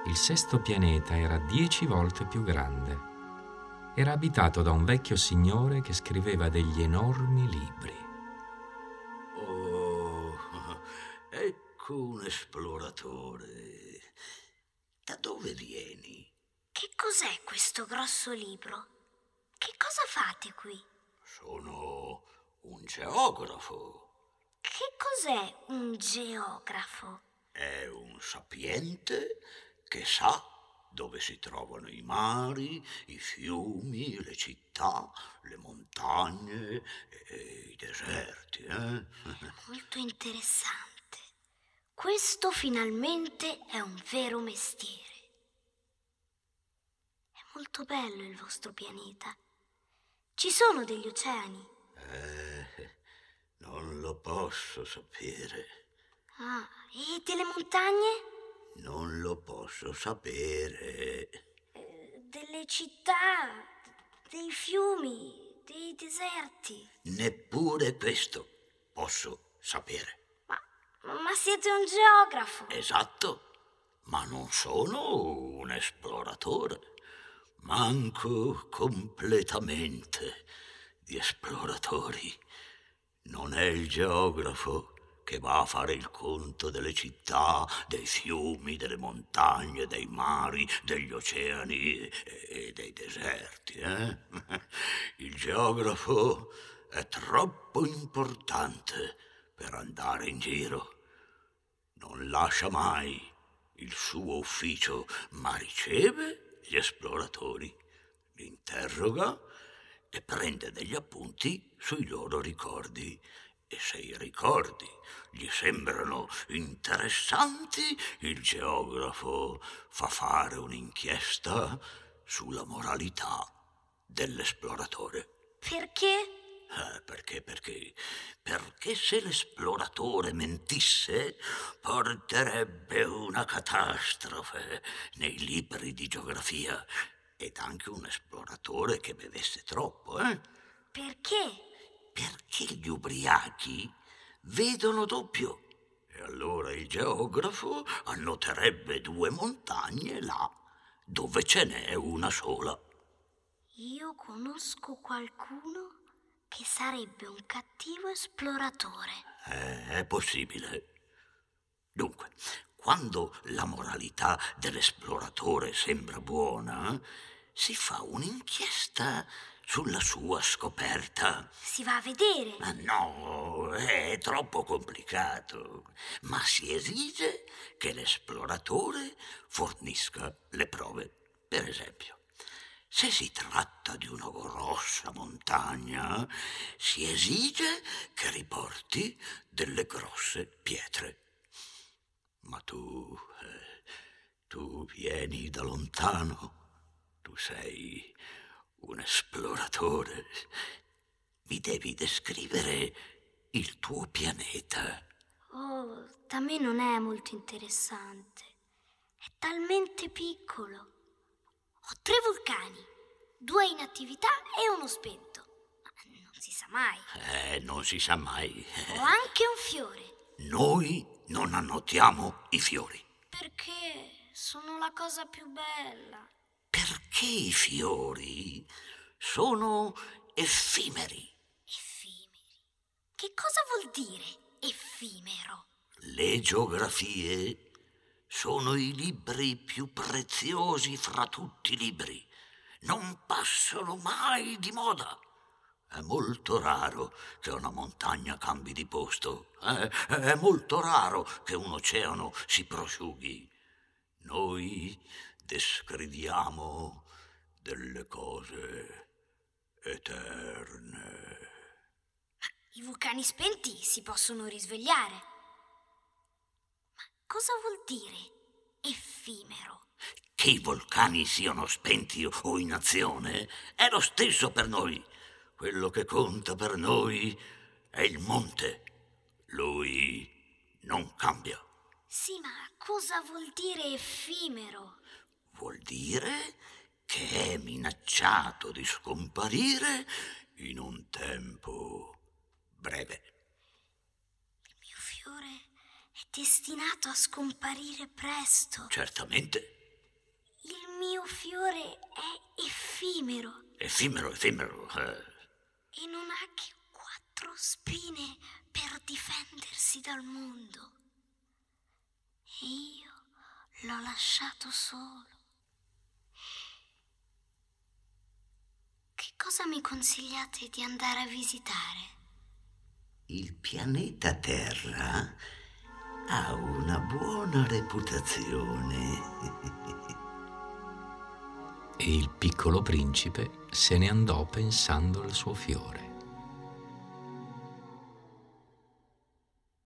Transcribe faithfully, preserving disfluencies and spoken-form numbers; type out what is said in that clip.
Il sesto pianeta era dieci volte più grande. Era abitato da un vecchio signore che scriveva degli enormi libri. Oh, ecco un esploratore. Da dove vieni? Che cos'è questo grosso libro? Che cosa fate qui? Sono un geografo. Che cos'è un geografo? È un sapiente che sa dove si trovano i mari, i fiumi, le città, le montagne e i deserti. Eh? Molto interessante. Questo finalmente è un vero mestiere. È molto bello il vostro pianeta. Ci sono degli oceani? Eh, non lo posso sapere. Ah, e delle montagne? Non lo posso sapere. Eh, delle città, dei fiumi, dei deserti. Neppure questo posso sapere. Ma, ma siete un geografo? Esatto, ma non sono un esploratore. Manco completamente di esploratori. Non è il geografo che va a fare il conto delle città, dei fiumi, delle montagne, dei mari, degli oceani e dei deserti. Eh? Il geografo è troppo importante per andare in giro. Non lascia mai il suo ufficio, ma riceve gli esploratori, li interroga e prende degli appunti sui loro ricordi. E se i ricordi gli sembrano interessanti, il geografo fa fare un'inchiesta sulla moralità dell'esploratore. Perché? Eh, perché, perché, perché se l'esploratore mentisse porterebbe una catastrofe nei libri di geografia ed anche un esploratore che bevesse troppo, eh? Perché? Perché gli ubriachi vedono doppio e allora il geografo annoterebbe due montagne là dove ce n'è una sola. Io conosco qualcuno che sarebbe un cattivo esploratore. Eh, è possibile. Dunque, quando la moralità dell'esploratore sembra buona, si fa un'inchiesta sulla sua scoperta. Si va a vedere? Ma no, è troppo complicato. Ma si esige che l'esploratore fornisca le prove. Per esempio, se si tratta di una grossa montagna, si esige che riporti delle grosse pietre. Ma tu, eh, tu vieni da lontano, tu sei un esploratore. Mi devi descrivere il tuo pianeta. Oh, da me non è molto interessante. È talmente piccolo. Ho tre vulcani, due in attività e uno spento. Ma non si sa mai. Eh, non si sa mai. Ho anche un fiore. Noi non annotiamo i fiori. Perché sono la cosa più bella. Perché i fiori sono effimeri. Effimeri? Che cosa vuol dire effimero? Le geografie sono i libri più preziosi fra tutti i libri. Non passano mai di moda. È molto raro che una montagna cambi di posto. Eh? È molto raro che un oceano si prosciughi. Noi descriviamo delle cose eterne. Ma i vulcani spenti si possono risvegliare. Ma cosa vuol dire effimero? Che i vulcani siano spenti o in azione è lo stesso per noi. Quello che conta per noi è il monte. Lui non cambia. Sì, ma cosa vuol dire effimero? Vuol dire che è minacciato di scomparire in un tempo breve. Il mio fiore è destinato a scomparire presto. Certamente. il mio fiore è effimero. Effimero, effimero. Eh. E non ha che quattro spine per difendersi dal mondo. E io l'ho lasciato solo. Che cosa mi consigliate di andare a visitare? Il pianeta Terra ha una buona reputazione. E il piccolo principe se ne andò pensando al suo fiore.